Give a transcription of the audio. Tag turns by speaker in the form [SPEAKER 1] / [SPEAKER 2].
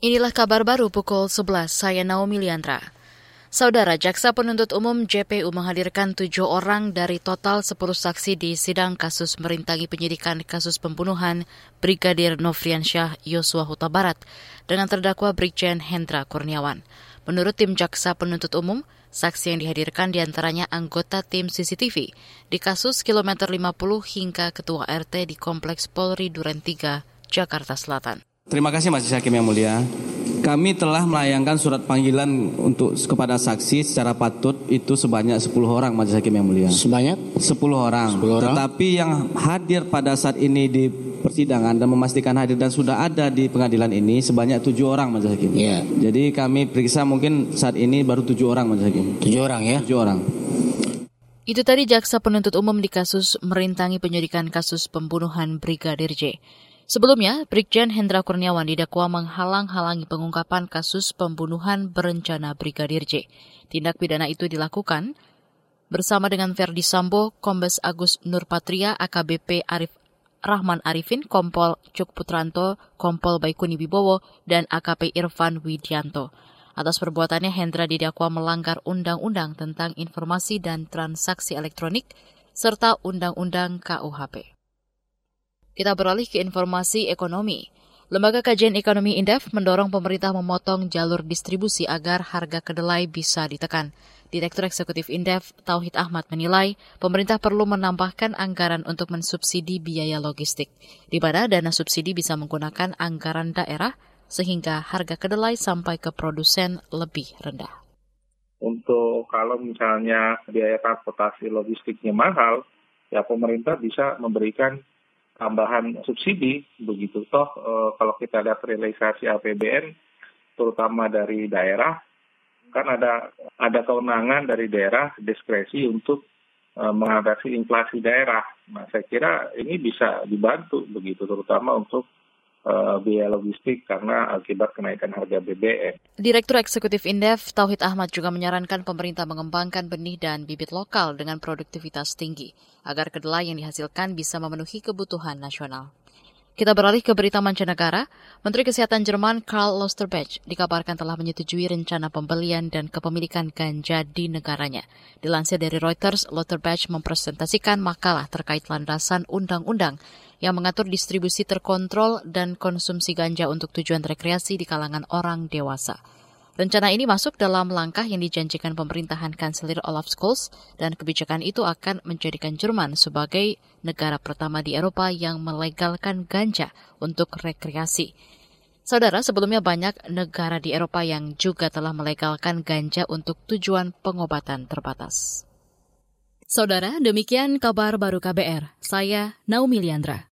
[SPEAKER 1] Inilah kabar baru pukul 11, saya Naomi Liandra. Saudara, Jaksa Penuntut Umum JPU menghadirkan 7 orang dari total 10 saksi di sidang kasus merintangi penyidikan kasus pembunuhan Brigadir Nofriansyah Yosua Huta Barat dengan terdakwa Brigjen Hendra Kurniawan. Menurut tim Jaksa Penuntut Umum, saksi yang dihadirkan diantaranya anggota tim CCTV di kasus kilometer 50 hingga ketua RT di Kompleks Polri Duren 3, Jakarta Selatan.
[SPEAKER 2] Terima kasih Majelis Hakim yang mulia. Kami telah melayangkan surat panggilan kepada saksi secara patut itu sebanyak 10 orang Majelis Hakim yang mulia.
[SPEAKER 3] Sebanyak?
[SPEAKER 2] 10 orang. Tetapi yang hadir pada saat ini di persidangan dan memastikan hadir dan sudah ada di pengadilan ini sebanyak 7 orang Majelis Hakim.
[SPEAKER 3] Iya.
[SPEAKER 2] Jadi kami periksa mungkin saat ini baru 7 orang Majelis Hakim.
[SPEAKER 3] 7 orang ya?
[SPEAKER 2] 7 orang.
[SPEAKER 1] Itu tadi Jaksa Penuntut Umum di kasus merintangi penyidikan kasus pembunuhan Brigadir J. Sebelumnya, Brigjen Hendra Kurniawan didakwa menghalang-halangi pengungkapan kasus pembunuhan berencana Brigadir J. Tindak pidana itu dilakukan bersama dengan Verdi Sambo, Kombes Agus Nurpatria, AKBP Rahman Arifin, Kompol Cuk Putranto, Kompol Baikuni Wibowo, dan AKP Irfan Widianto. Atas perbuatannya, Hendra didakwa melanggar Undang-Undang tentang Informasi dan Transaksi Elektronik serta Undang-Undang KUHP. Kita beralih ke informasi ekonomi. Lembaga Kajian Ekonomi Indef mendorong pemerintah memotong jalur distribusi agar harga kedelai bisa ditekan. Direktur Eksekutif Indef, Tauhid Ahmad, menilai pemerintah perlu menambahkan anggaran untuk mensubsidi biaya logistik, di mana dana subsidi bisa menggunakan anggaran daerah sehingga harga kedelai sampai ke produsen lebih rendah.
[SPEAKER 4] Untuk kalau misalnya biaya transportasi logistiknya mahal, ya pemerintah bisa memberikan tambahan subsidi, begitu toh kalau kita lihat realisasi APBN terutama dari daerah kan ada kewenangan dari daerah diskresi untuk mengatasi inflasi daerah. Nah, saya kira ini bisa dibantu begitu terutama untuk biaya logistik karena akibat kenaikan harga BBM.
[SPEAKER 1] Direktur Eksekutif Indef, Tauhid Ahmad, juga menyarankan pemerintah mengembangkan benih dan bibit lokal dengan produktivitas tinggi, agar kedelai yang dihasilkan bisa memenuhi kebutuhan nasional. Kita beralih ke berita mancanegara. Menteri Kesehatan Jerman Karl Lauterbach dikabarkan telah menyetujui rencana pembelian dan kepemilikan ganja di negaranya. Dilansir dari Reuters, Lauterbach mempresentasikan makalah terkait landasan undang-undang yang mengatur distribusi terkontrol dan konsumsi ganja untuk tujuan rekreasi di kalangan orang dewasa. Rencana ini masuk dalam langkah yang dijanjikan pemerintahan Kanselir Olaf Scholz, dan kebijakan itu akan menjadikan Jerman sebagai negara pertama di Eropa yang melegalkan ganja untuk rekreasi. Saudara, sebelumnya banyak negara di Eropa yang juga telah melegalkan ganja untuk tujuan pengobatan terbatas. Saudara, demikian kabar baru KBR. Saya Naomi Liandra.